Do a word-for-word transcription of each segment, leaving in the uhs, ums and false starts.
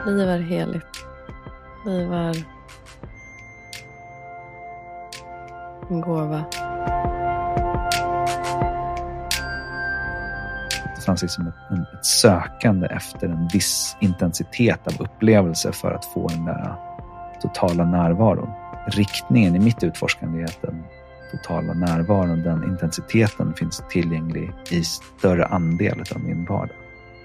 Liv är heligt. Liv är en gåva. Det fanns liksom ett, en, ett sökande efter en viss intensitet av upplevelse för att få den där totala närvaron. Riktningen i mitt utforskande är att den totala närvaron, den intensiteten finns tillgänglig i större andel av min vardag.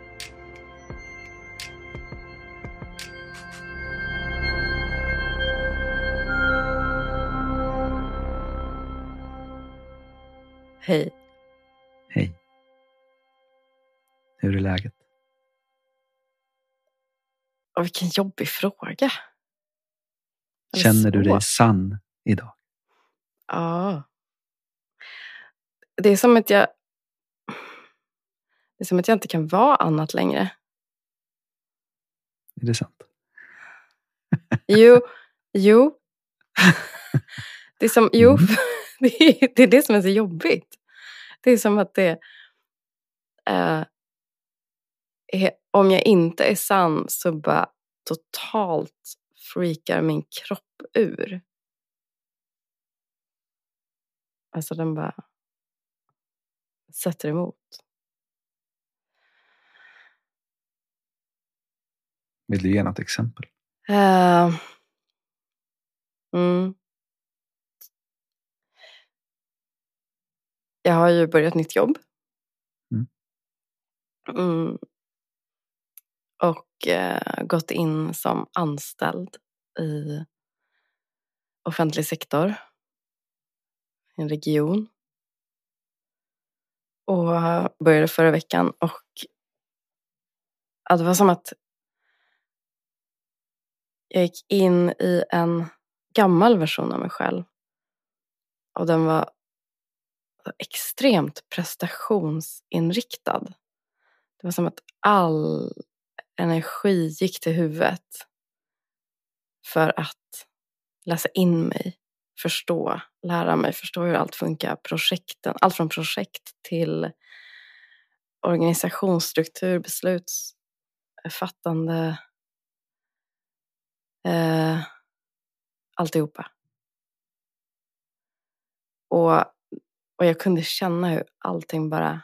Hej. Hej. Hur är läget? Och vilken jobbig fråga. Eller Känner du så. dig sann idag? Ja. Det är som att jag Det är som att jag inte kan vara annat längre. Är det sant? Jo, jo. Det är som, jo, Mm. det, är, det är det som är så jobbigt. Det är som att det äh, är, om jag inte är sann så bara totalt freakar min kropp ur. Alltså den bara sätter emot. Vill du ge något exempel? Uh, mm. Jag har ju börjat nytt jobb. Mm. Mm. Och eh, gått in som anställd i offentlig sektor. I en region. Och började förra veckan. Och ja, det var som att jag gick in i en gammal version av mig själv. Och den var extremt prestationsinriktad. Det var som att all energi gick till huvudet. För att läsa in mig. Förstå, lära mig, förstå hur allt funkar. Projekten, allt från projekt till organisationsstruktur, beslutsfattande. Eh, alltihopa. Och, och jag kunde känna hur allting bara...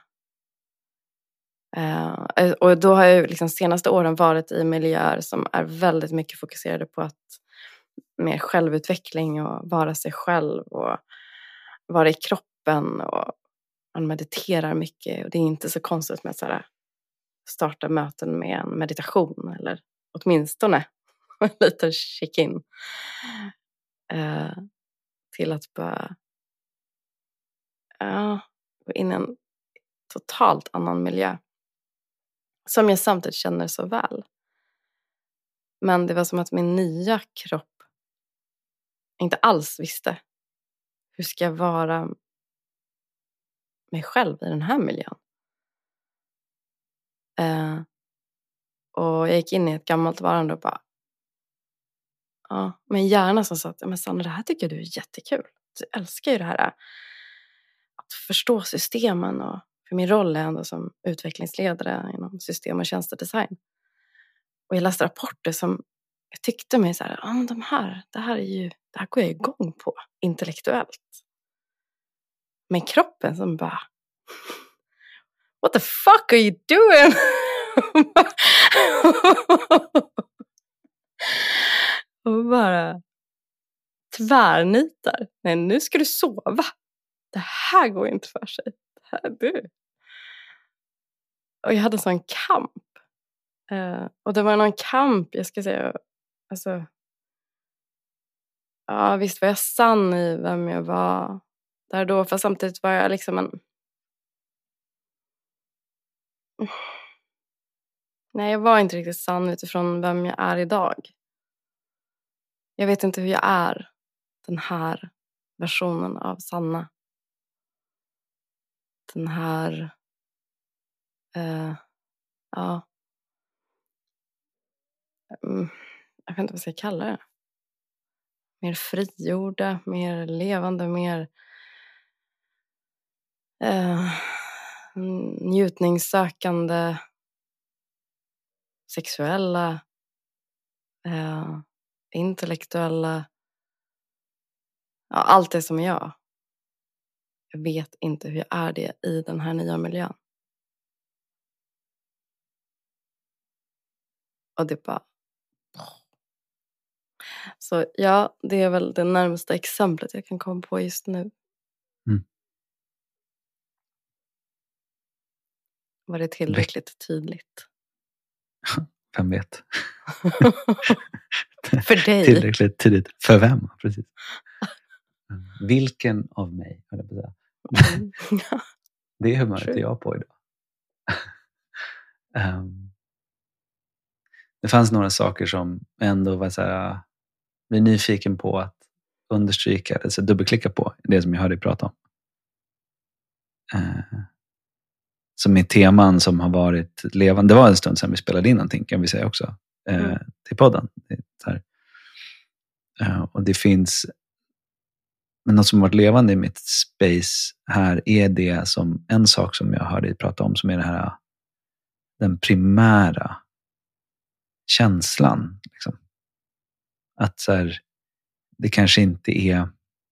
Eh, och då har jag liksom senaste åren varit i miljöer som är väldigt mycket fokuserade på att mer självutveckling och vara sig själv och vara i kroppen och man mediterar mycket och det är inte så konstigt med att så här, starta möten med en meditation eller åtminstone en liten check-in eh, till att bara ja, gå in i en totalt annan miljö som jag samtidigt känner så väl. Men det var som att min nya kropp inte alls visste hur ska jag vara mig själv i den här miljön. Eh, och jag gick in i ett gammalt varande och bara ja, men hjärna som sa att men Sanna, det här tycker du är jättekul. Du älskar ju det här att förstå systemen och för min roll är ändå som utvecklingsledare inom system- och tjänstedesign. Och jag läste rapporter som jag tyckte mig så här, ja men de här, det här är ju, det här går jag igång på intellektuellt. Men kroppen som bara what the fuck are you doing? Och bara tvärnitar. Nej, nu ska du sova. Det här går inte för sig. Det här är du. Och jag hade en sån kamp. Uh, och det var någon kamp, jag ska säga. Alltså. Ja, visst var jag sann i vem jag var. Där då, för samtidigt var jag liksom en... Nej, jag var inte riktigt sann utifrån vem jag är idag. Jag vet inte hur jag är. Den här versionen av Sanna. Den här... Uh, ja. Um, jag vet inte vad jag ska kalla det. Mer frigjorda, mer levande, mer... Uh, njutningssökande. Sexuella. eh, intellektuella, ja, allt det som är jag. Jag vet inte hur jag är det i den här nya miljön. Och det bara... Så ja, det är väl det närmaste exemplet jag kan komma på just nu. Mm. Var det tillräckligt tydligt? Vem vet? För dig. Tillräckligt tydligt. För vem? Precis. Vilken av mig? Höll jag på att säga. Mm. Det är humöret True. jag på idag. um, det fanns några saker som ändå var så här, blir nyfiken på att understryka, alltså dubbelklicka på det som jag hörde dig prata om. Uh, som är teman som har varit levande. Det var en stund sedan vi spelade in någonting, kan vi säga också, uh, mm. till podden. Så här. Uh, och det finns, men något som har varit levande i mitt space här är det som, en sak som jag hörde dig prata om, som är det här, den primära känslan. Liksom. Att så här, det kanske inte är,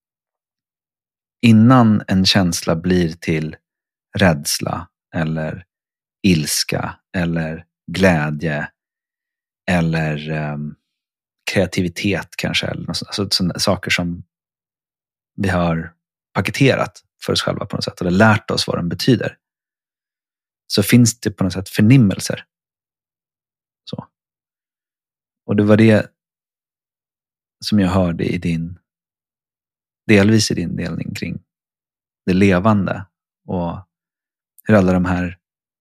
innan en känsla blir till rädsla eller ilska eller glädje eller um, kreativitet kanske, eller något, alltså, sådana saker som vi har paketerat för oss själva på något sätt, eller lärt oss vad den betyder, så finns det på något sätt förnimmelser. Så. Och det var det som jag hörde i din, delvis i din delning kring det levande och hur alla de här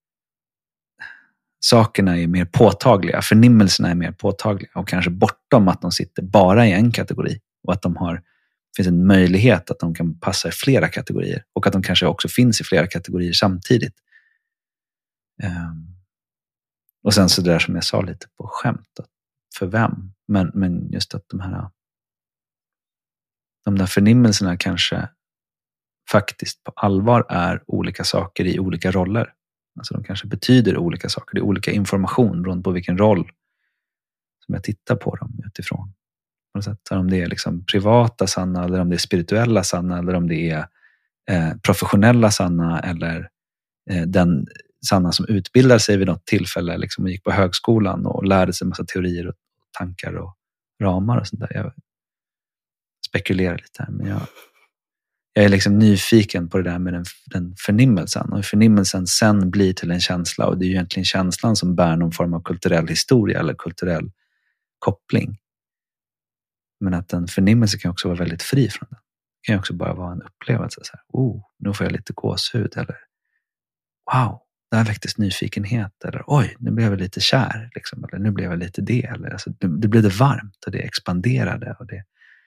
sakerna är mer påtagliga, förnimmelserna är mer påtagliga och kanske bortom att de sitter bara i en kategori och att de har, finns en möjlighet att de kan passa i flera kategorier och att de kanske också finns i flera kategorier samtidigt. Um, och sen så det där som jag sa lite på skämt, att för vem? Men, men just att de här de där förnimmelserna kanske faktiskt på allvar är olika saker i olika roller. Alltså de kanske betyder olika saker. Det är olika information beroende på vilken roll som jag tittar på dem utifrån. På något sätt. Om det är liksom privata Sanna, eller om det är spirituella Sanna, eller om det är eh, professionella Sanna, eller eh, den Sanna som utbildar sig vid något tillfälle liksom, och gick på högskolan och lärde sig en massa teorier och tankar och ramar och sånt där. Jag spekulerar lite här, men jag Jag är liksom nyfiken på det där med den, den förnimmelsen. Och förnimmelsen sen blir till en känsla. Och det är ju egentligen känslan som bär någon form av kulturell historia eller kulturell koppling. Men att en förnimmelse kan också vara väldigt fri från den. Det kan också bara vara en upplevelse. Så här, oh, nu får jag lite gåshud. Eller wow, där väcktes nyfikenhet. Eller oj, nu blev jag lite kär. Liksom. Eller nu blev jag lite det. Eller, alltså, det, det blev det varmt och det expanderade. Och det...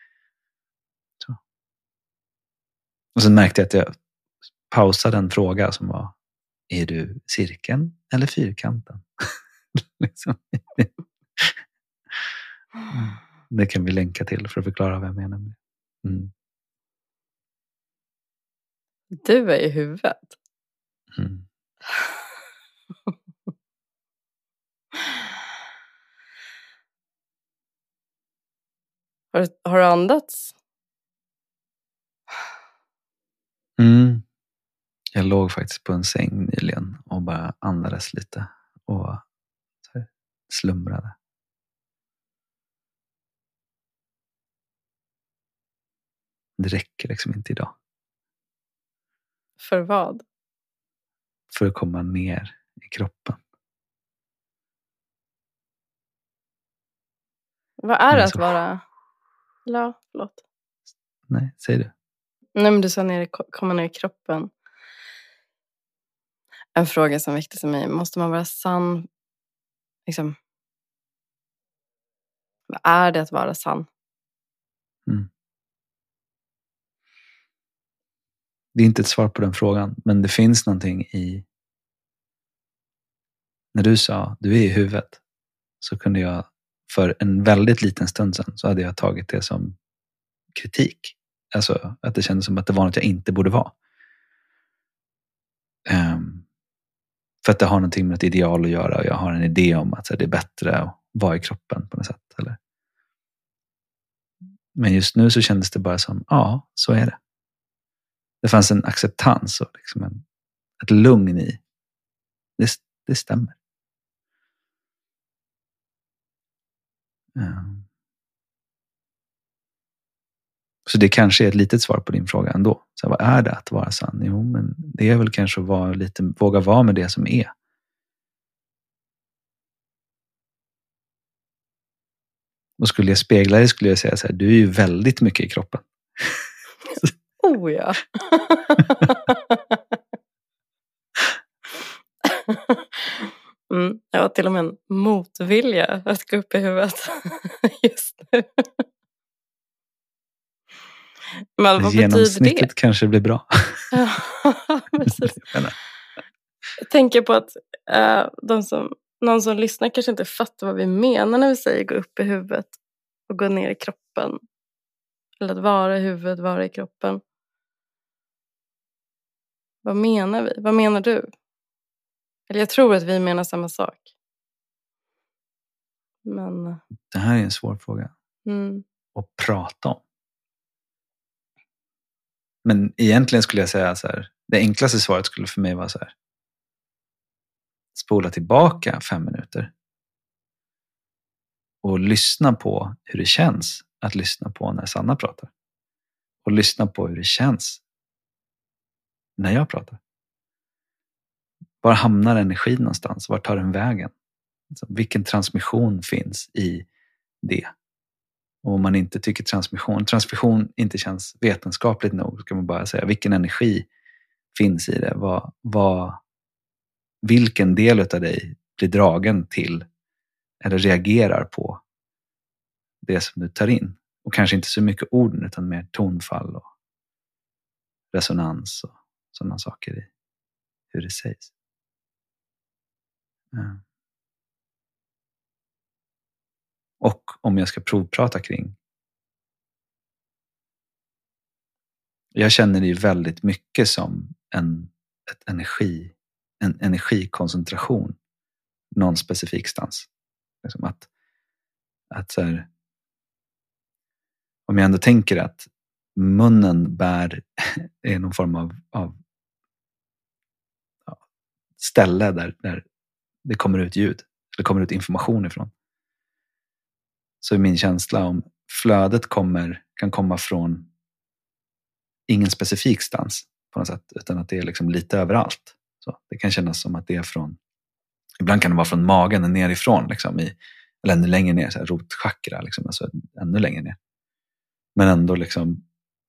Och sen märkte jag att jag pausade en fråga som var, är du cirkeln eller fyrkanten? liksom. Det kan vi länka till för att förklara vad jag menar med det. Mm. Du är i huvudet. Mm. har, har du andats? Mm. Jag låg faktiskt på en säng nyligen och bara andades lite och slumrade. Det räcker liksom inte idag. För vad? För att komma ner i kroppen. Vad är det att vara... Ja, förlåt. Nej, säg du. Nej, men du sa ner, komma ner i kroppen. En fråga som väcktes i mig. Måste man vara sann? Liksom. Vad är det att vara sann? Mm. Det är inte ett svar på den frågan. Men det finns någonting i... När du sa, du är i huvudet. Så kunde jag, för en väldigt liten stund sedan, så hade jag tagit det som kritik. Alltså att det kändes som att det var något jag inte borde vara. Um, för att det har någonting med ett ideal att göra. Och jag har en idé om att så här, det är bättre att vara i kroppen på något sätt. Eller? Men just nu så kändes det bara som, ja, så är det. Det fanns en acceptans och liksom en, ett lugn i. Det, det stämmer. Ja. Så det kanske är ett litet svar på din fråga ändå. Så vad är det att vara sann? Jo, men det är väl kanske att vara lite, våga vara med det som är. Och skulle jag spegla dig skulle jag säga så här, du är ju väldigt mycket i kroppen. Oh ja. Mm, jag har till och med en motvilja att gå upp i huvudet just nu. Men vad betyder det? Kanske blir bra. Ja, precis. Jag tänker på att uh, de som, någon som lyssnar kanske inte fattar vad vi menar när vi säger gå upp i huvudet och gå ner i kroppen. Eller att vara i huvudet, vara i kroppen. Vad menar vi? Vad menar du? Eller jag tror att vi menar samma sak. Men... Det här är en svår fråga. Mm. Att prata om. Men egentligen skulle jag säga så här. Det enklaste svaret skulle för mig vara så här. Spola tillbaka fem minuter. Och lyssna på hur det känns att lyssna på när Sanna pratar. Och lyssna på hur det känns när jag pratar. Var hamnar energin någonstans? Var tar den vägen? Alltså, vilken transmission finns i det? Och om man inte tycker transmission, transmission inte känns vetenskapligt nog, ska man bara säga vilken energi finns i det? Vad, vad, vilken del av dig blir dragen till eller reagerar på det som du tar in? Och kanske inte så mycket orden utan mer tonfall och resonans och sådana saker i hur det sägs. Ja. Och om jag ska provprata kring. Jag känner det ju väldigt mycket som en, ett energi, en energikoncentration någon specifik stans. Liksom att, att så här, om jag ändå tänker att munnen bär är någon form av, av ja, ställe där, där det kommer ut ljud, det kommer ut information ifrån. Så är min känsla om flödet kommer, kan komma från ingen specifik stans på något sätt, utan att det är liksom lite överallt. Så det kan kännas som att det är från, ibland kan det vara från magen nerifrån, liksom i, eller ännu längre ner, så här rotchakra, liksom, alltså ännu längre ner. Men ändå liksom,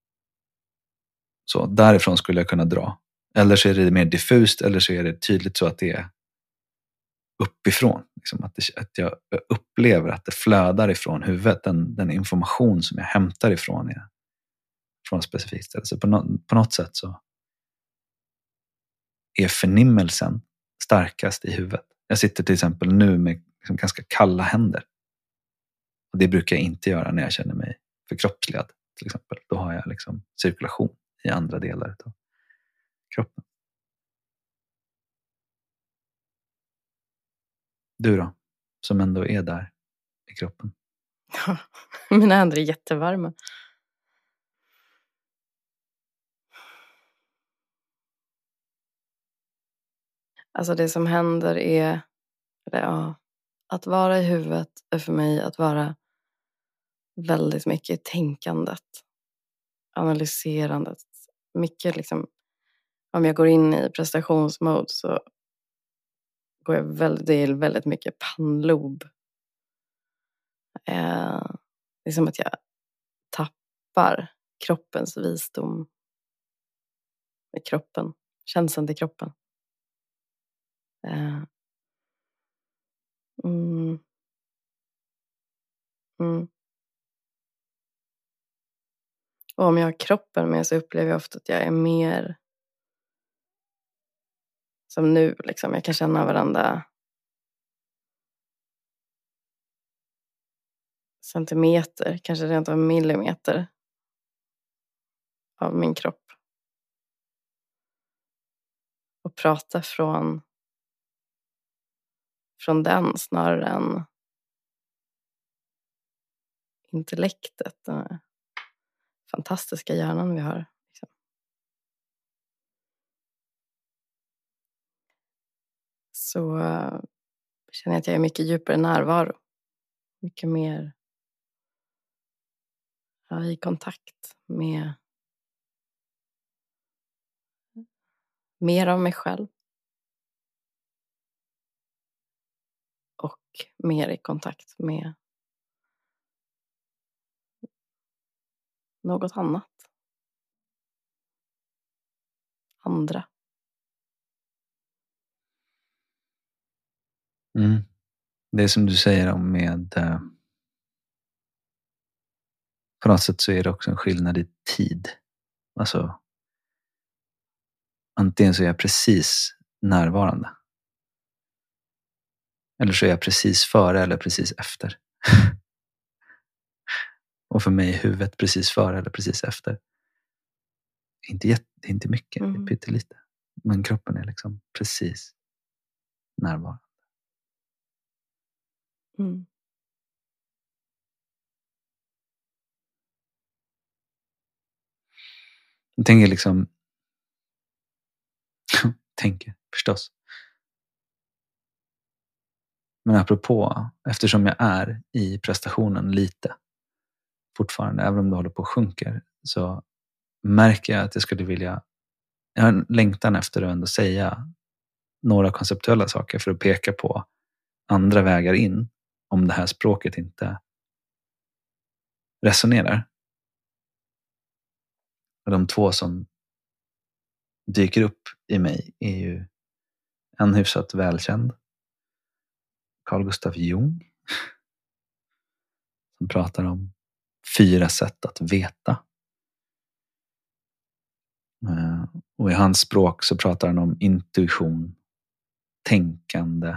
så därifrån skulle jag kunna dra. Eller så är det mer diffust, eller så är det tydligt så att det är uppifrån. Liksom att, det, att jag upplever att det flödar ifrån huvudet, den, den information som jag hämtar ifrån är från ett specifikt ställe. Så på, no, på något sätt så är förnimmelsen starkast i huvudet. Jag sitter till exempel nu med liksom ganska kalla händer. Och det brukar jag inte göra när jag känner mig förkroppsligad till exempel. Då har jag liksom cirkulation i andra delar av kroppen. Du då? Som ändå är där i kroppen. Mina händer är jättevarma. Alltså det som händer är, eller ja, att vara i huvudet är för mig att vara väldigt mycket i tänkandet, analyserandet. Mycket liksom, om jag går in i prestationsmode så går jag väldigt, det är väldigt mycket pannlob. Eh, det är som att jag tappar kroppens visdom i kroppen, känslan till kroppen. Eh, mm, mm. Och om jag har kroppen med så upplever jag ofta att jag är mer som nu liksom. Jag kan känna varandra centimeter, kanske rent av millimeter av min kropp. Och prata från från den snarare än intellektet. fantastiska hjärnan vi har. Liksom. Så uh, känner jag att jag är mycket djupare närvaro. Mycket mer ja, i kontakt med mer av mig själv. Och mer i kontakt med något annat. Andra. Mm. Det är som du säger om med... Eh, på något sätt så är det också en skillnad i tid. Alltså... Antingen så är jag precis närvarande. Eller så är jag precis före eller precis efter. Och för mig är huvudet precis före eller precis efter. Inte, jätte, inte mycket, mm. det är pyttelite. Men kroppen är liksom precis närvarande. Mm. Jag tänker liksom... tänker, förstås. Men apropå, eftersom jag är i prestationen lite fortfarande, även om det håller på och sjunker, så märker jag att jag skulle vilja, jag har en längtan efter att ändå säga några konceptuella saker för att peka på andra vägar in om det här språket inte resonerar. Och de två som dyker upp i mig är ju en hyfsat välkänd, Carl Gustav Jung, som pratar om fyra sätt att veta. Och i hans språk så pratar han om intuition, tänkande,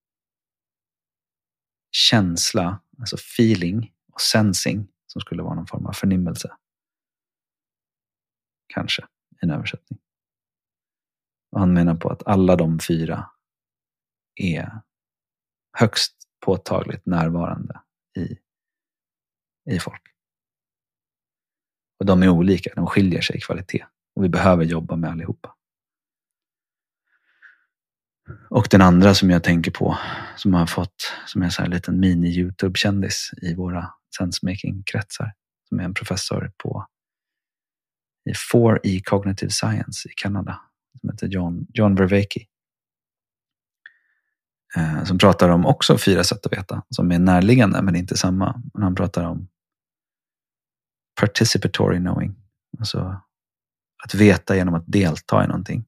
känsla, alltså feeling och sensing, som skulle vara någon form av förnimmelse. Kanske i en översättning. Och han menar på att alla de fyra är högst påtagligt närvarande i, i folk. Och de är olika, de skiljer sig i kvalitet. Och vi behöver jobba med allihopa. Och den andra som jag tänker på, som har fått, som är så här en liten mini-YouTube-kändis i våra sensemaking-kretsar, som är en professor på i four E Cognitive Science i Kanada, som heter John, John Vervaeke. Eh, som pratar om också fyra sätt att veta, som är närliggande men inte samma. Men han pratar om participatory knowing, alltså att veta genom att delta i någonting.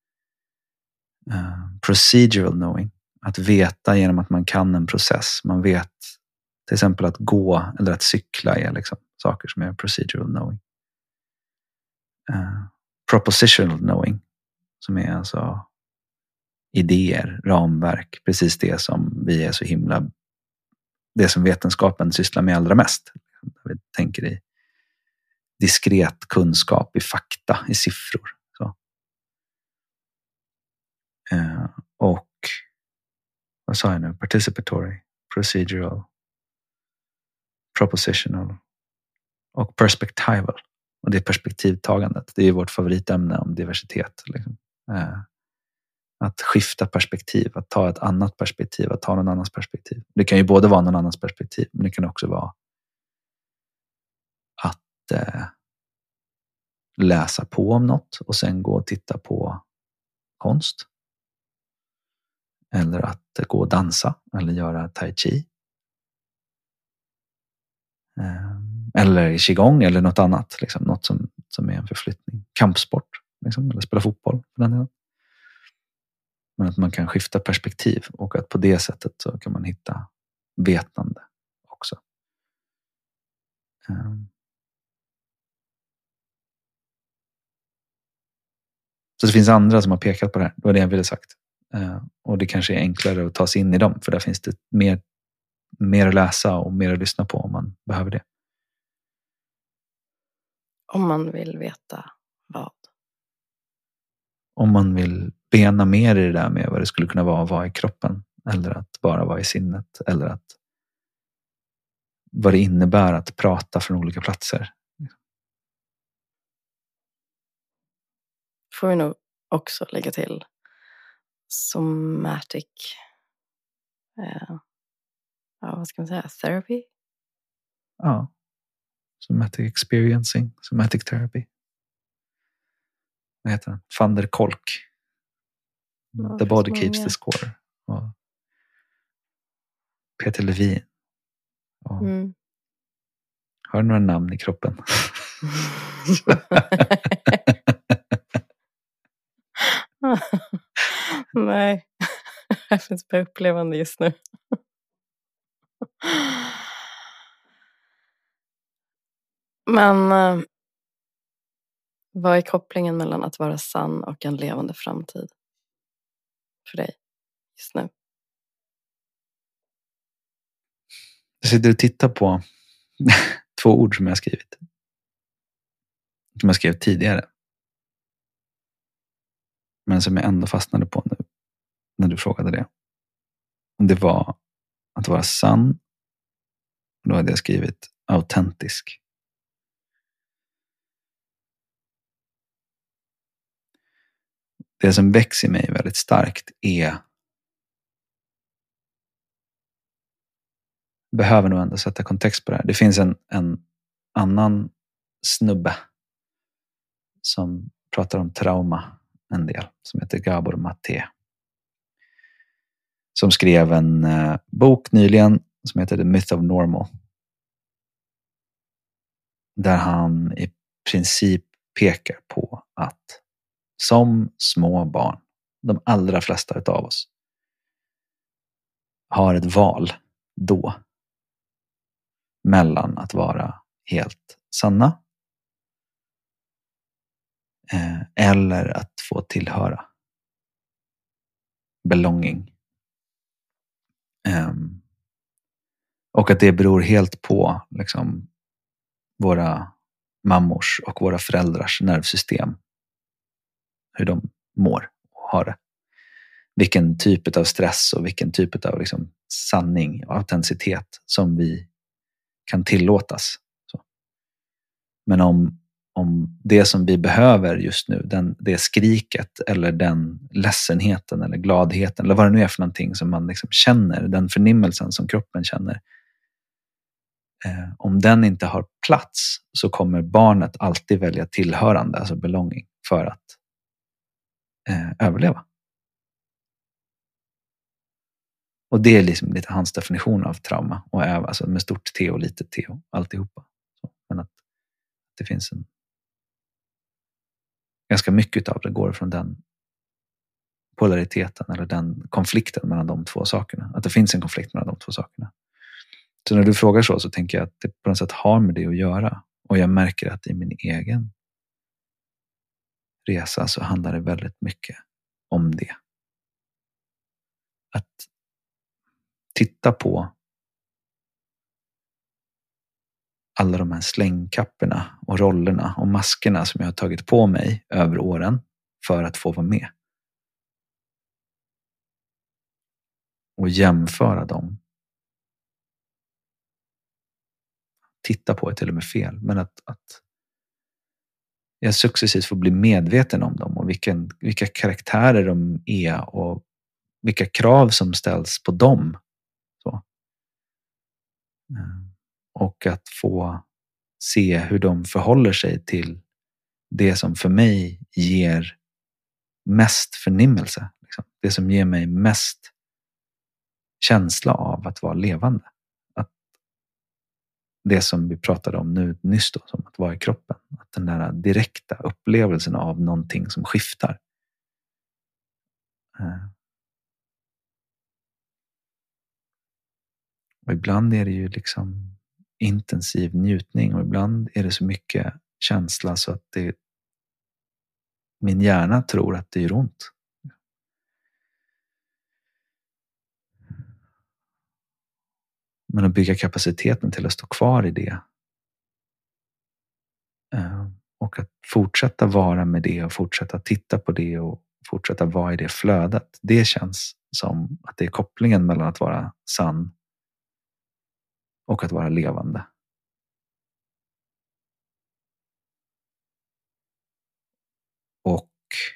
Uh, procedural knowing, att veta genom att man kan en process. Man vet till exempel att gå eller att cykla är liksom saker som är procedural knowing. Uh, propositional knowing, som är alltså idéer, ramverk, precis det som vi är så himla, det som vetenskapen sysslar med allra mest. Vi tänker i diskret kunskap, i fakta, i siffror. Så. Uh, och vad sa jag nu? Participatory, procedural, propositional och perspectival. Och det är perspektivtagandet. Det är vårt favoritämne om diversitet. Liksom. Uh, att skifta perspektiv, att ta ett annat perspektiv, att ta någon annans perspektiv. Det kan ju både vara någon annans perspektiv, men det kan också vara att uh, läsa på om något och sen gå och titta på konst. Eller att gå och dansa eller göra tai chi. Eller qigong eller något annat. Liksom, något som, som är en förflyttning. Kampsport. Liksom, eller spela fotboll. För den delen. Men att man kan skifta perspektiv. Och att på det sättet så kan man hitta vetande också. Så det finns andra som har pekat på det här. Det var det jag ville sagt. Uh, och det kanske är enklare att ta sig in i dem, för där finns det mer, mer att läsa och mer att lyssna på om man behöver det. Om man vill veta vad? Om man vill bena mer i det där med vad det skulle kunna vara att vara i kroppen, eller att bara vara i sinnet, eller att vad det innebär att prata från olika platser. får vi nog också lägga till somatic, eh, ja, vad ska man säga, therapy. Ja. Somatic experiencing, somatic therapy. Vad heter den? Van der Kolk. Ja, The det body finns keeps många. the score. Och Peter Levin. Och Mm. har du några namn i kroppen? Nej, jag finns på upplevande just nu. Men eh, vad är kopplingen mellan att vara sann och en levande framtid för dig just nu? Jag sitter och tittar på två ord som jag har skrivit. Som jag skrev tidigare. Men som jag ändå fastnade på nu. När du frågade det. Och det var att vara sann. Då hade jag skrivit autentisk. Det som växer i mig väldigt starkt är, behöver nog ändå sätta kontext på det här. Det finns en, en annan snubbe som pratar om trauma en del, som heter Gabor Maté. Som skrev en eh, bok nyligen som heter The Myth of Normal. Där han i princip pekar på att som små barn, de allra flesta utav oss, har ett val då mellan att vara helt sanna eh, eller att få tillhöra. Belonging. Um, och att det beror helt på liksom, våra mammors och våra föräldrars nervsystem. Hur de mår och har det. Vilken typ av stress och vilken typ av liksom, sanning och autenticitet som vi kan tillåtas. Så. Men om, om det som vi behöver just nu, den, det skriket eller den ledsenheten eller gladheten eller vad det nu är för någonting som man liksom känner, den förnimmelsen som kroppen känner. Eh, om den inte har plats så kommer barnet alltid välja tillhörande, alltså belonging, för att eh, överleva. Och det är liksom lite hans definition av trauma. Och är, alltså med stort T och litet T och alltihopa. Så, men att det finns en... Ganska mycket av det går från den polariteten eller den konflikten mellan de två sakerna. Att det finns en konflikt mellan de två sakerna. Så när du frågar så så tänker jag att det på något sätt har med det att göra. Och jag märker att i min egen resa så handlar det väldigt mycket om det. Att titta på alla de här slängkapporna och rollerna och maskerna som jag har tagit på mig över åren för att få vara med. Och jämföra dem. Titta på är till och med fel, men att, att jag successivt får bli medveten om dem och vilken, vilka karaktärer de är och vilka krav som ställs på dem. Så. Och att få se hur de förhåller sig till det som för mig ger mest förnimmelse. Liksom. Det som ger mig mest känsla av att vara levande. Att det som vi pratade om nu nyss då, som att vara i kroppen. Att den där direkta upplevelsen av någonting som skiftar. Och ibland är det ju liksom intensiv njutning och ibland är det så mycket känsla så att det, min hjärna tror att det gör ont. Men att bygga kapaciteten till att stå kvar i det. Och att fortsätta vara med det och fortsätta titta på det och fortsätta vara i det flödet. Det känns som att det är kopplingen mellan att vara sann och att vara levande. Och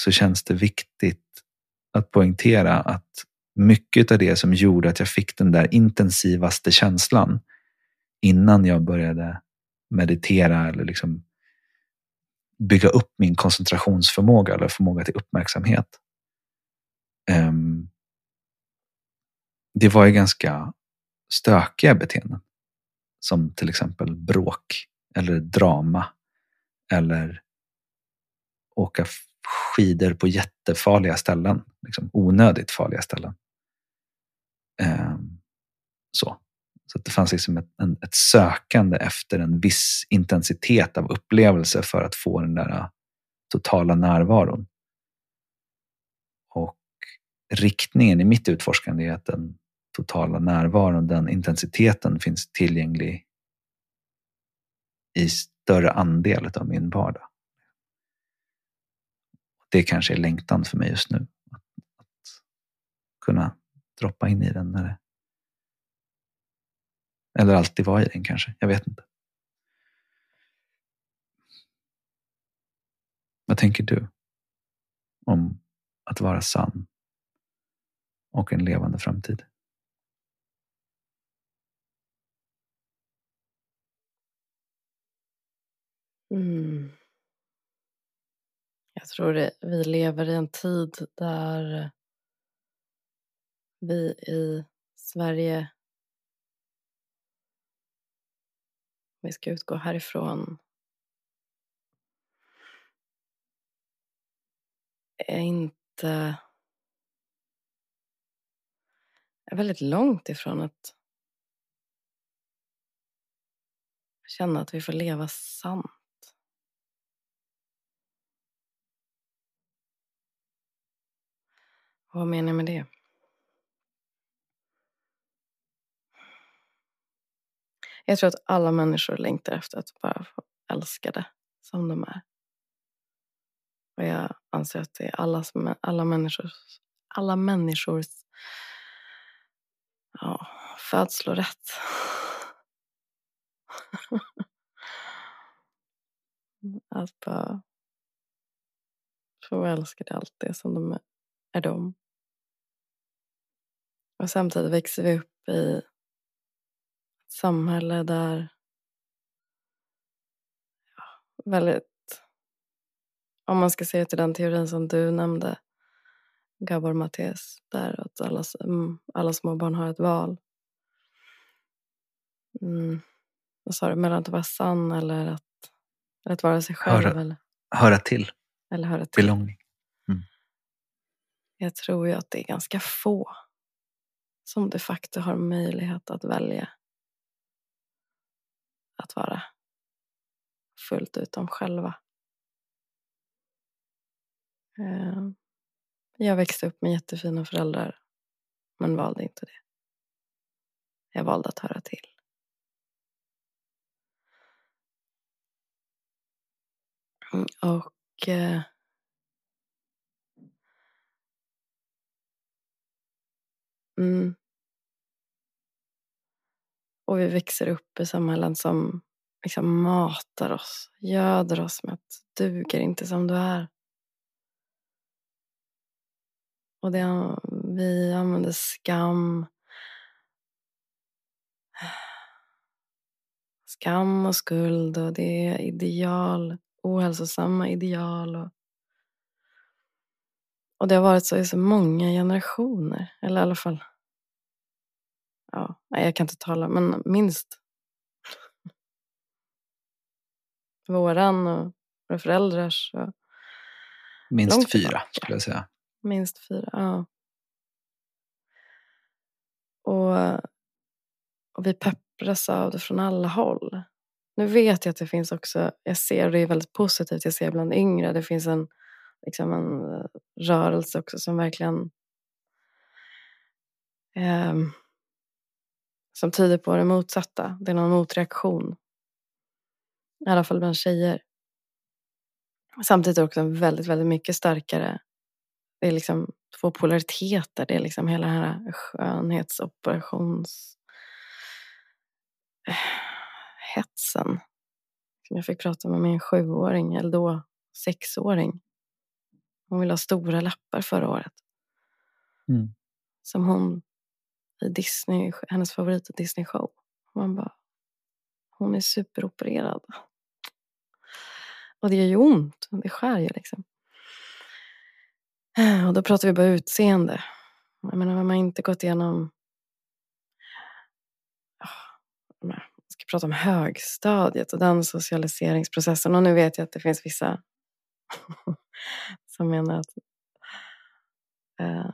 så känns det viktigt att poängtera att mycket av det som gjorde att jag fick den där intensivaste känslan innan jag började meditera eller liksom bygga upp min koncentrationsförmåga eller förmåga till uppmärksamhet. Um, det var ju ganska stökiga beteenden. Som till exempel bråk eller drama eller åka skidor på jättefarliga ställen. Liksom onödigt farliga ställen. Um, så. Så att det fanns liksom ett, en, ett sökande efter en viss intensitet av upplevelse för att få den där totala närvaron. Och riktningen i mitt utforskande är att den totala närvaron, den intensiteten finns tillgänglig i större andel av min vardag. Det kanske är längtan för mig just nu. Att, att kunna droppa in i den. När det, eller alltid vara i den kanske. Jag vet inte. Vad tänker du om att vara sann och en levande framtid? Mm. Jag tror det, vi lever i en tid där vi i Sverige, vi ska utgå härifrån, är inte är väldigt långt ifrån att känna att vi får leva sant. Vad menar jag med det? Jag tror att alla människor längtar efter att bara få älska det som de är. Och jag anser att det är allas, alla människors, alla människors ja, födslorätt. Att bara få älska det allt det som de är, är de. Och samtidigt växer vi upp i ett samhälle där ja, väldigt, om man ska se till den teorin som du nämnde, Gabor Matés, där att alla, alla små barn har ett val. Mm. Vad sa du? Mellan att vara sann eller att, eller att vara sig själv? Höra, eller, höra till. eller höra till. Belonging. Mm. Jag tror ju att det är ganska få som de facto har möjlighet att välja att vara fullt ut dem själva. Jag växte upp med jättefina föräldrar, men valde inte det. Jag valde att höra till. Och eh, mm, och vi växer upp i samhällen som liksom matar oss, göder oss med att duger inte som du är. Och det, vi använder skam. Skam och skuld, och det är ideal, ohälsosamma ideal. Och, och det har varit så i så många generationer. Eller i alla fall, ja, nej, jag kan inte tala, men minst våran och våra föräldrars. Och minst fyra skulle jag säga. Minst fyra, ja. Och, och vi peppras av det från alla håll. Nu vet jag att det finns också, jag ser det är väldigt positivt, jag ser bland yngre, det finns en, liksom en rörelse också som verkligen eh, som tyder på det motsatta. Det är någon motreaktion. I alla fall bland tjejer. Samtidigt är det också en väldigt, väldigt mycket starkare. Det är liksom två polariteter. Det är liksom hela den här skönhetsoperations hetsen. Som jag fick prata med min sjuåring, eller då sexåring. Hon ville ha stora läppar förra året. Mm. Som hon i Disney, hennes favorit Disney-show. Man bara, hon är superopererad. Och det gör ju ont. Det skär ju liksom. Och då pratar vi bara utseende. Jag menar, man har inte gått igenom... Jag ska prata om högstadiet och den socialiseringsprocessen. Och nu vet jag att det finns vissa som menar att... Eh,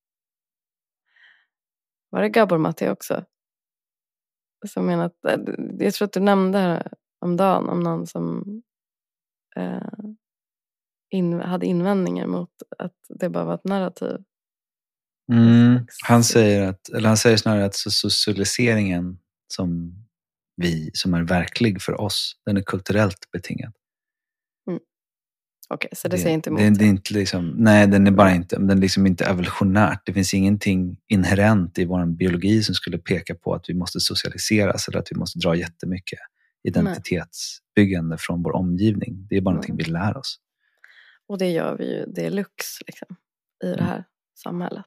var det Gabor Matti också? Som menar att... Jag tror att du nämnde om dagen om någon som... Eh, in, hade invändningar mot att det bara var ett narrativ. Mm. Han säger att, eller han säger snarare att socialiseringen som vi, som är verklig för oss, den är kulturellt betingad. Mm. Okej, okay, så det, det säger inte emot det, det. det är inte liksom, nej, den är bara mm. inte, den är liksom inte evolutionärt. Det finns ingenting inherent i vår biologi som skulle peka på att vi måste socialiseras eller att vi måste dra jättemycket identitetsbyggande från vår omgivning. Det är bara mm. någonting vi lär oss. Och det gör vi ju, det är lux liksom, i det här mm. samhället.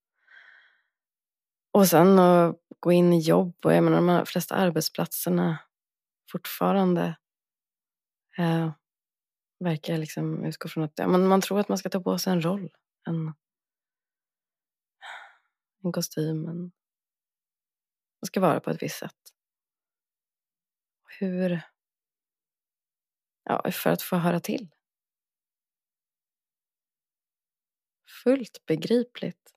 Och sen att gå in i jobb, och jag menar de här flesta arbetsplatserna fortfarande eh, verkar liksom utgå från att ja, man, man tror att man ska ta på sig en roll, en, en kostym, en, man ska vara på ett visst sätt. Hur, ja, för att få höra till. Fullt begripligt.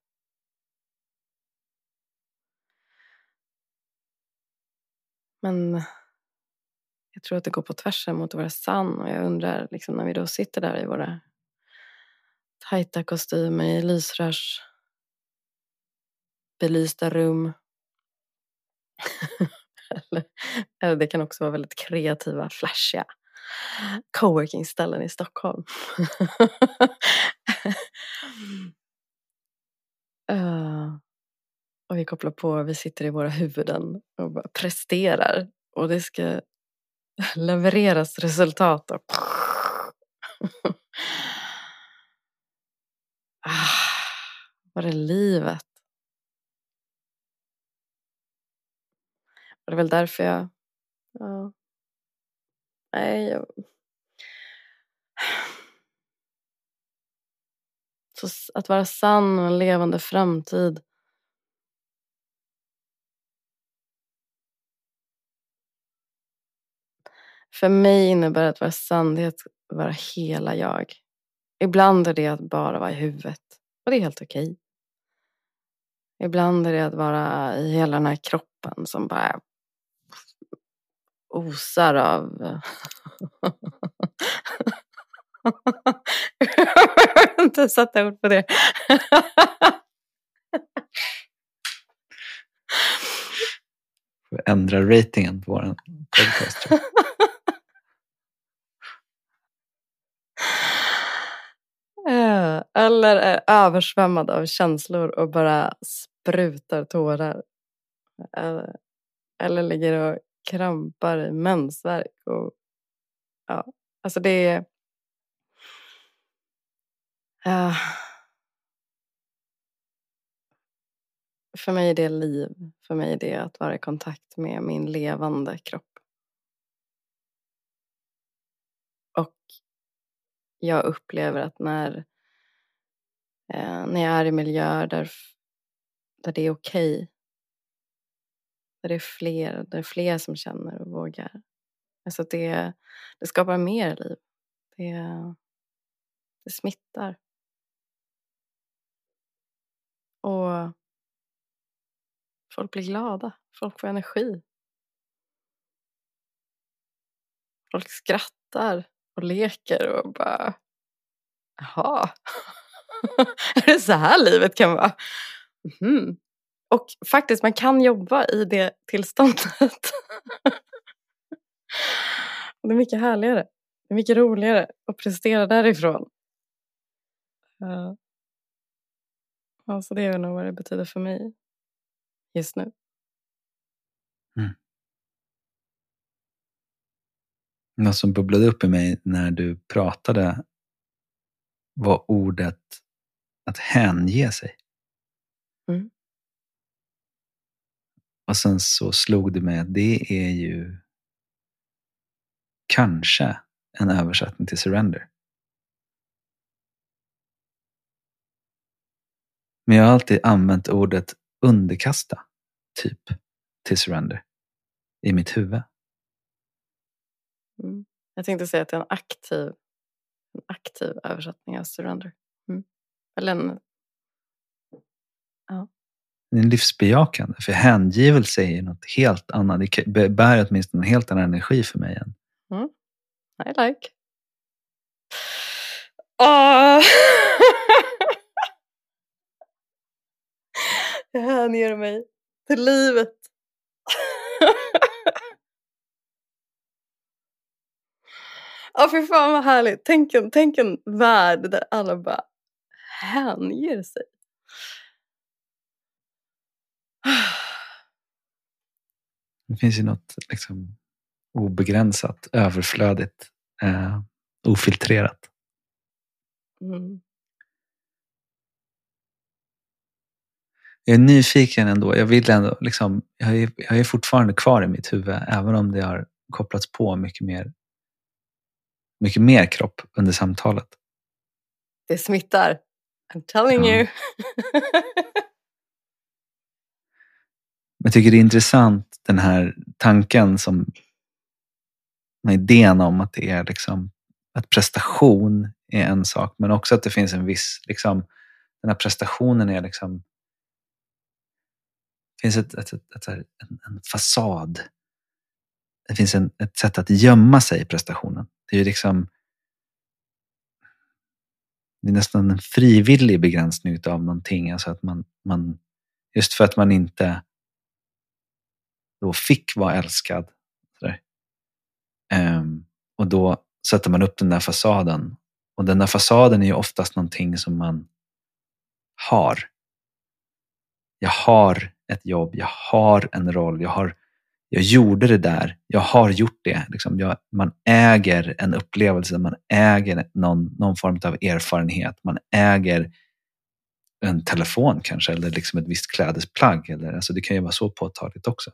Men jag tror att det går på tvärsen mot våra sann. Och jag undrar, liksom, när vi då sitter där i våra tajta kostymer i lysrörs belysta rum. eller, eller det kan också vara väldigt kreativa, flashiga coworking-ställen i Stockholm. uh, och vi kopplar på, vi sitter i våra huvuden och bara presterar. Och det ska levereras resultat. Och ah, vad är livet? Och det är väl därför jag... Ja, nej, jag... Så att vara sann och en levande framtid. För mig innebär att vara sann, det är att vara hela jag. Ibland är det att bara vara i huvudet. Och det är helt okej. Ibland är det att vara i hela den här kroppen som bara osar av... Jag har inte satt ord på det. Får ändra ratingen på vår podcast. Eller är översvämmad av känslor och bara sprutar tårar. Eller, eller ligger och krampar i mensvärk. Och, ja, alltså det är... Uh, för mig är det liv. För mig är det att vara i kontakt med min levande kropp. Och jag upplever att när, eh, när jag är i miljöer där, där det är okej. Där det är fler, där det är fler som känner och vågar. Alltså det, det skapar mer liv. Det, det smittar. Och folk blir glada. Folk får energi. Folk skrattar och leker och bara... Jaha. Är det så här livet kan vara? Mm. Och faktiskt, man kan jobba i det tillståndet. Det är mycket härligare. Det är mycket roligare att prestera därifrån. Uh. Ja, så det är nog vad det betyder för mig just nu. Mm. Något som bubblade upp i mig när du pratade var ordet att hänge sig. Mm. Och sen så slog det mig att det är ju kanske en översättning till surrender. Men jag har alltid använt ordet underkasta, typ, till surrender i mitt huvud. Mm. Jag tänkte säga att det är en aktiv, en aktiv översättning av surrender. Mm. Eller en... Ja. Det är en livsbejakande, för hängivelse är något helt annat. Det bär åtminstone en helt annan energi för mig än. Mm. I like. Oh. Jag hänger mig till livet. Ja, för fan vad härligt. Tänk en, tänk en värld där alla bara hänger sig. Det finns ju något liksom obegränsat, överflödigt, eh, ofiltrerat. Mm. Jag är nyfiken ändå. Jag vill ändå liksom, jag är, jag är fortfarande kvar i mitt huvud, även om det har kopplats på mycket mer, mycket mer kropp under samtalet. Det smittar. I'm telling Ja. you. Jag tycker det är intressant, den här tanken som, med idén om att det är liksom, att prestation är en sak, men också att det finns en viss, liksom, den här prestationen är liksom, det finns ett, ett, ett, ett, en, en fasad. Det finns en, ett sätt att gömma sig i prestationen. Det är ju liksom, det är nästan en frivillig begränsning av någonting. Alltså att man, man, just för att man inte då fick vara älskad. Um, och då sätter man upp den där fasaden. Och den där fasaden är ju oftast någonting som man har. Jag har ett jobb, jag har en roll, jag, har, jag gjorde det där, jag har gjort det. Liksom jag, man äger en upplevelse, man äger någon, någon form av erfarenhet, man äger en telefon kanske, eller liksom ett visst klädesplagg. Eller, alltså det kan ju vara så påtagligt också.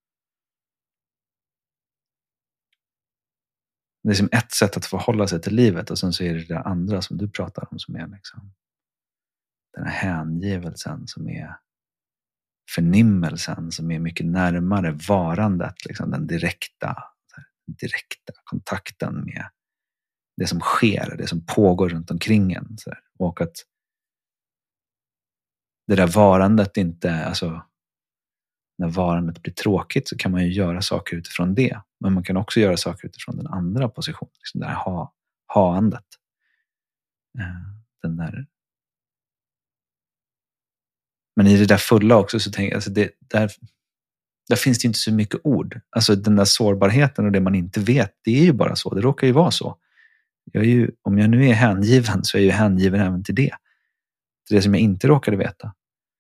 Det är som ett sätt att förhålla sig till livet, och sen så är det det andra som du pratar om som är liksom den här hängivelsen, som är förnimmelsen, som är mycket närmare varandet, liksom den direkta, direkta kontakten med det som sker, det som pågår runt omkring en. Så här. Och att det där varandet inte, alltså när varandet blir tråkigt så kan man ju göra saker utifrån det. Men man kan också göra saker utifrån den andra positionen. Liksom det här ha, haandet. Den där. Men i det där fulla också så tänker jag, alltså det, där, där finns det inte så mycket ord. Alltså den där sårbarheten och det man inte vet, det är ju bara så. Det råkar ju vara så. Jag är ju, om jag nu är hängiven så är jag ju hängiven även till det. Till det som jag inte råkade veta.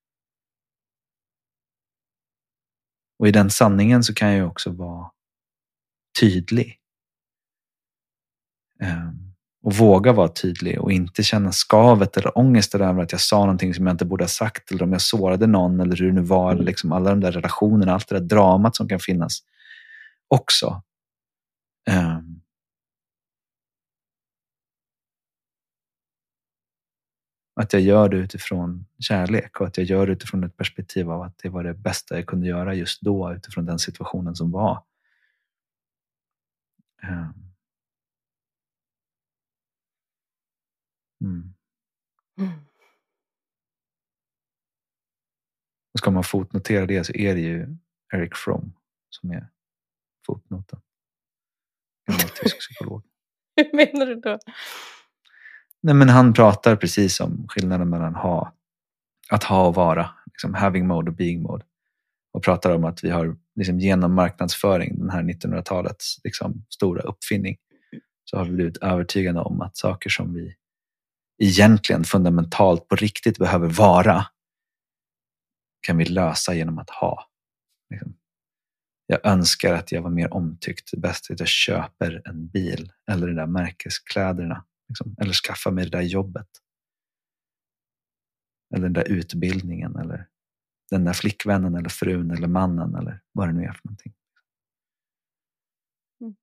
Och i den sanningen så kan jag ju också vara tydlig. Um, och våga vara tydlig och inte känna skavet eller ångest över att jag sa någonting som jag inte borde ha sagt, eller om jag sårade någon, eller hur det nu var, eller liksom alla de där relationerna, allt det där dramat som kan finnas också. Um, att jag gör det utifrån kärlek, och att jag gör det utifrån ett perspektiv av att det var det bästa jag kunde göra just då utifrån den situationen som var. Um, mm. Mm. Och ska man fotnotera det så är det ju Eric Fromm som är fotnoten. En tysk psykolog. Hur menar du då? Nej, men han pratar precis om skillnaden mellan ha, att ha och vara. Liksom having mode och being mode. Och pratar om att vi har liksom genom marknadsföring, den här nittonhundratalets liksom stora uppfinning, så har vi blivit övertygade om att saker som vi egentligen fundamentalt på riktigt behöver vara kan vi lösa genom att ha. Liksom. Jag önskar att jag var mer omtyckt. Det bästa är att jag köper en bil eller de där märkeskläderna. Liksom. Eller skaffa mig det där jobbet. Eller den där utbildningen. Eller den där flickvännen eller frun eller mannen. Eller vad det nu är för någonting. Mm.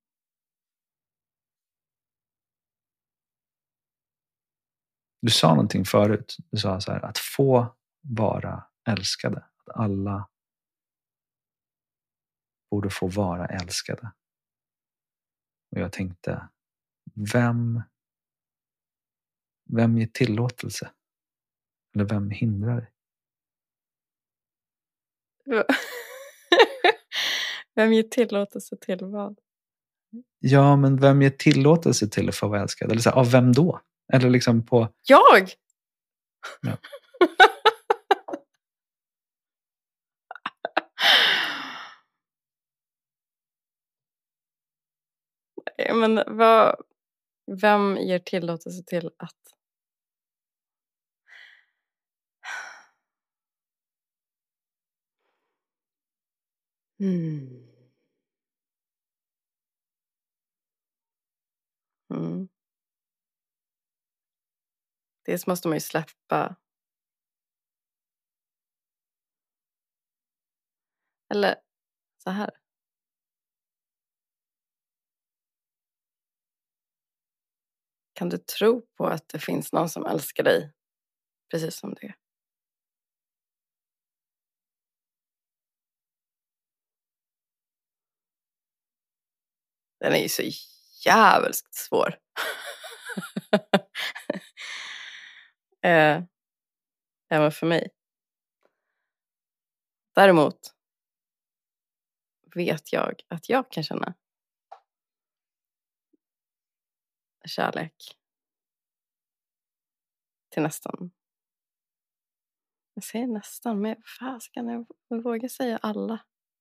Du sa någonting förut. Du sa så här, att få vara älskade. Att alla borde få vara älskade. Och jag tänkte, vem vem ger tillåtelse? Eller vem hindrar dig? Vem ger tillåtelse till vad? Ja, men vem ger tillåtelse till att få vara älskad? Eller så här, av vem då? Eller liksom på... Jag! Ja. Men vad, vem ger tillåtelse till att mm. Mm. Dels måste man ju släppa, eller så här. Kan du tro på att det finns någon som älskar dig precis som du är? Den är ju så jävligt svår. eh, även för mig. Däremot vet jag att jag kan känna kärlek till nästan. Jag säger nästan, men fasiken, jag vågar säga alla.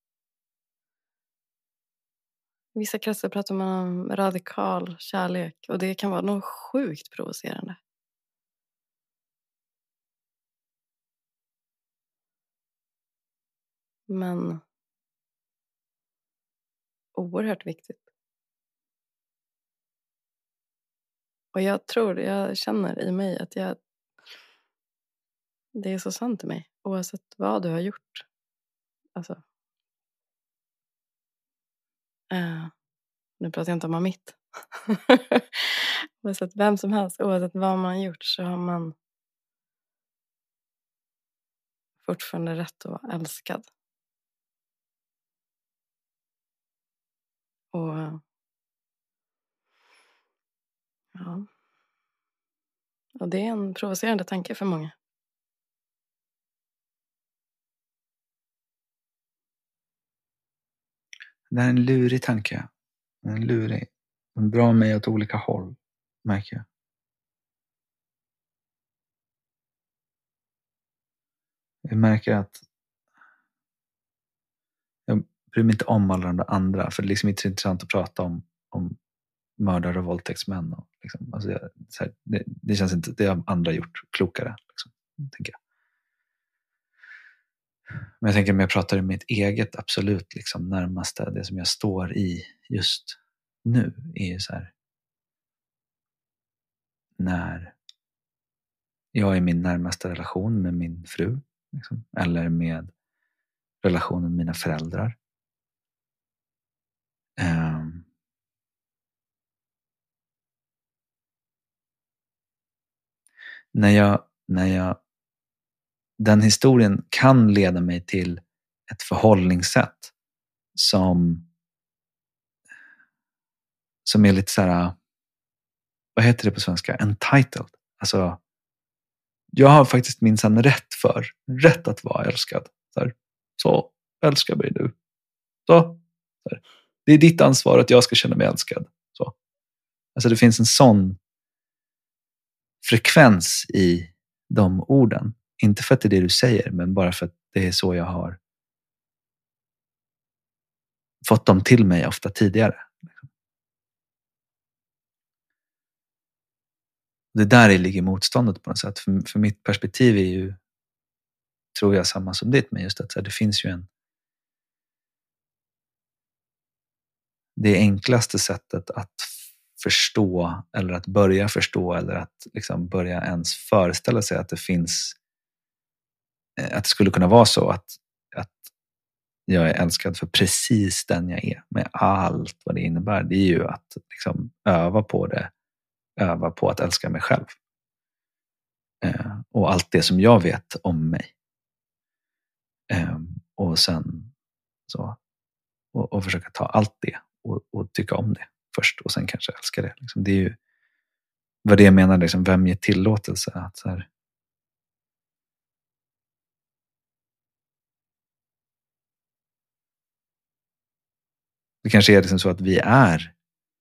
I vissa kretsar pratar man om radikal kärlek och det kan vara något sjukt provocerande. Men oerhört viktigt. Och jag tror, jag känner i mig att jag, det är så sant i mig. Oavsett vad du har gjort. Alltså. Uh, nu pratar jag inte om mitt. Oavsett vem som helst, oavsett vad man har gjort, så har man fortfarande rätt att vara älskad. Och ja. Och det är en provocerande tanke för många. Det är en lurig tanke. En lurig. Den drar mig åt olika håll, märker jag. Jag märker att jag bryr mig inte om alla de andra. För det är liksom inte så intressant att prata om, om mördare och våldtäktsmän. Och liksom, alltså jag, så här, det, det känns inte, det har andra gjort klokare. Liksom, tänker jag. Men jag tänker om jag pratar i mitt eget absolut liksom, närmaste, det som jag står i just nu är ju så här. När jag är i min närmaste relation med min fru. Liksom, eller med relationen med mina föräldrar. Um, när jag, när jag, den historien kan leda mig till ett förhållningssätt som, som är lite så här, vad heter det på svenska? Entitled. Alltså, jag har faktiskt minsann rätt för, rätt att vara älskad. Så, här, så älskar mig nu. Så, så här. Det är ditt ansvar att jag ska känna mig älskad. Så. Alltså det finns en sån frekvens i de orden. Inte för att det är det du säger, men bara för att det är så jag har fått dem till mig ofta tidigare. Det där ligger motståndet på något sätt. För, för mitt perspektiv är ju, tror jag, samma som ditt, men just att så här, det finns ju en det enklaste sättet att förstå eller att börja förstå eller att liksom börja ens föreställa sig att det finns, att det skulle kunna vara så att, att jag är älskad för precis den jag är, med allt vad det innebär. Det är ju att liksom öva på det, öva på att älska mig själv. Eh, och allt det som jag vet om mig. Eh, och sen så och, och försöka ta allt det och, och tycka om det först och sen kanske älska det. Liksom, det är ju vad det jag menar, liksom, vem ger tillåtelse att så här, det kanske är liksom så att vi är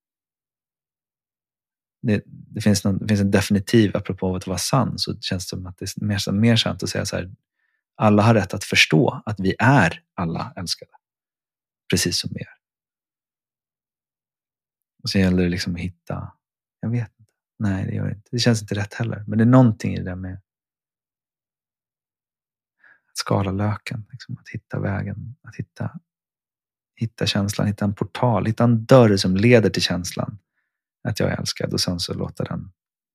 det, det, finns någon, det finns en definitiv, apropå att vara sann, så känns det som att det är mer, mer sant att säga så här: alla har rätt att förstå att vi är alla älskade precis som vi är. Och så gäller det liksom att hitta, jag vet inte, nej det gör det inte, det känns inte rätt heller, men det är någonting i det där med att skala löken, liksom, att hitta vägen, att hitta hitta känslan, hitta en portal, hitta en dörr som leder till känslan att jag är älskad, och sen så låta den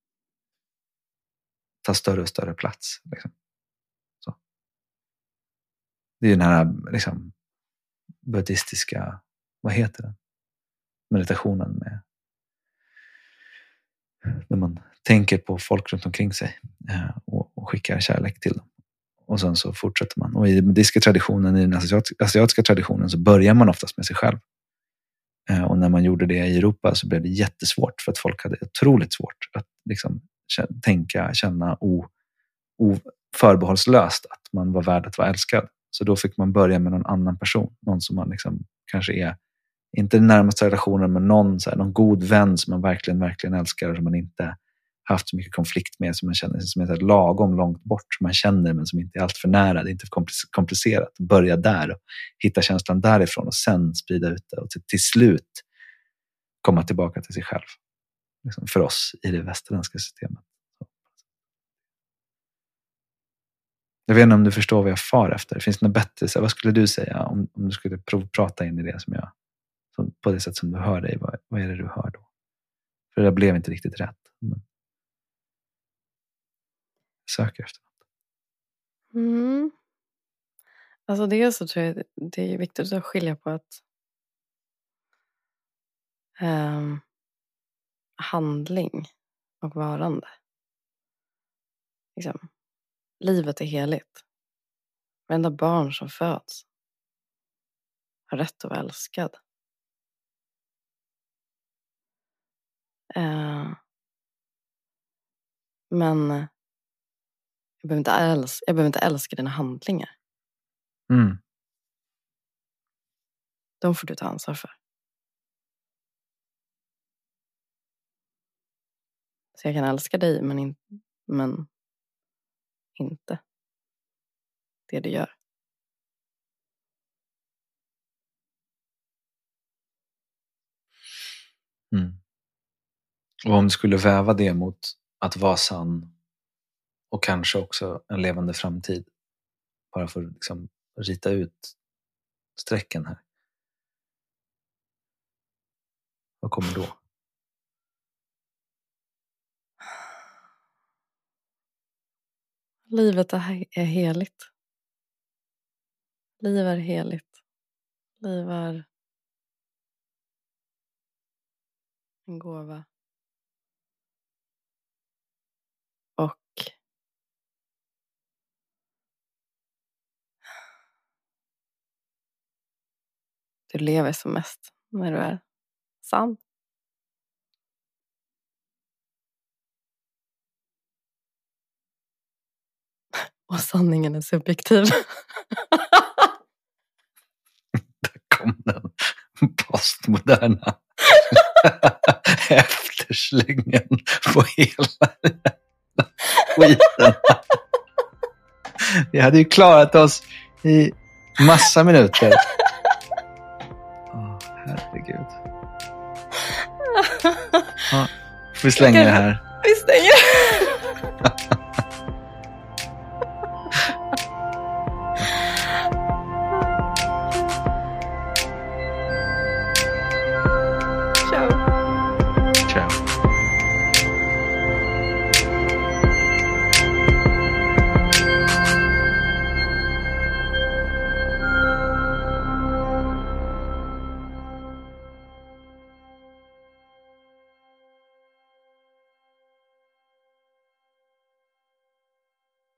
ta större och större plats. Liksom. Så. Det är den här liksom, buddhistiska, vad heter den? Meditationen med när man tänker på folk runt omkring sig eh, och, och skickar kärlek till dem. Och sen så fortsätter man. Och i den buddhistiska traditionen, i den asiatiska traditionen, så börjar man oftast med sig själv. Eh, och när man gjorde det i Europa så blev det jättesvårt, för att folk hade otroligt svårt att liksom tänka, känna o, o, förbehållslöst att man var värd att vara älskad. Så då fick man börja med någon annan person. Någon som man liksom kanske är, inte den närmaste relationen, men någon, så här, någon god vän som man verkligen, verkligen älskar och som man inte haft så mycket konflikt med, som man känner som är lagom långt bort, som man känner men som inte är allt för nära, det är inte för komplicerat. Börja där och hitta känslan därifrån och sen sprida ut det och till, till slut komma tillbaka till sig själv. Liksom för oss i det västerländska systemet. Jag vet inte om du förstår vad jag far efter. Finns det något bättre? Så vad skulle du säga om, om du skulle provprata in i det som jag, som, på det sätt som du hör dig? Vad, vad är det du hör då? För det blev inte riktigt rätt. Men jag söker efter något. Mm. Alltså dels så tror jag det är viktigt att skilja på att um, handling och varande. Liksom, livet är heligt. Varenda barn som föds har rätt att vara älskad. Uh, men jag behöver, inte älska, jag behöver inte älska dina handlingar. Mm. De får du ta ansvar för. Så jag kan älska dig, men, in, men inte det du gör. Mm. Och om du skulle väva det mot att vara sann och kanske också en levande framtid, bara för att liksom rita ut strecken här. Vad kommer då? Livet är heligt. Liv är heligt. Liv är en gåva. Och du lever som mest när du är sann. Och sanningen är subjektiv. Där kom den postmoderna efterslängen på hela skiten. Vi hade ju klarat oss i massa minuter. Åh, herregud. Ja, får vi slänga det här. Vi stänger.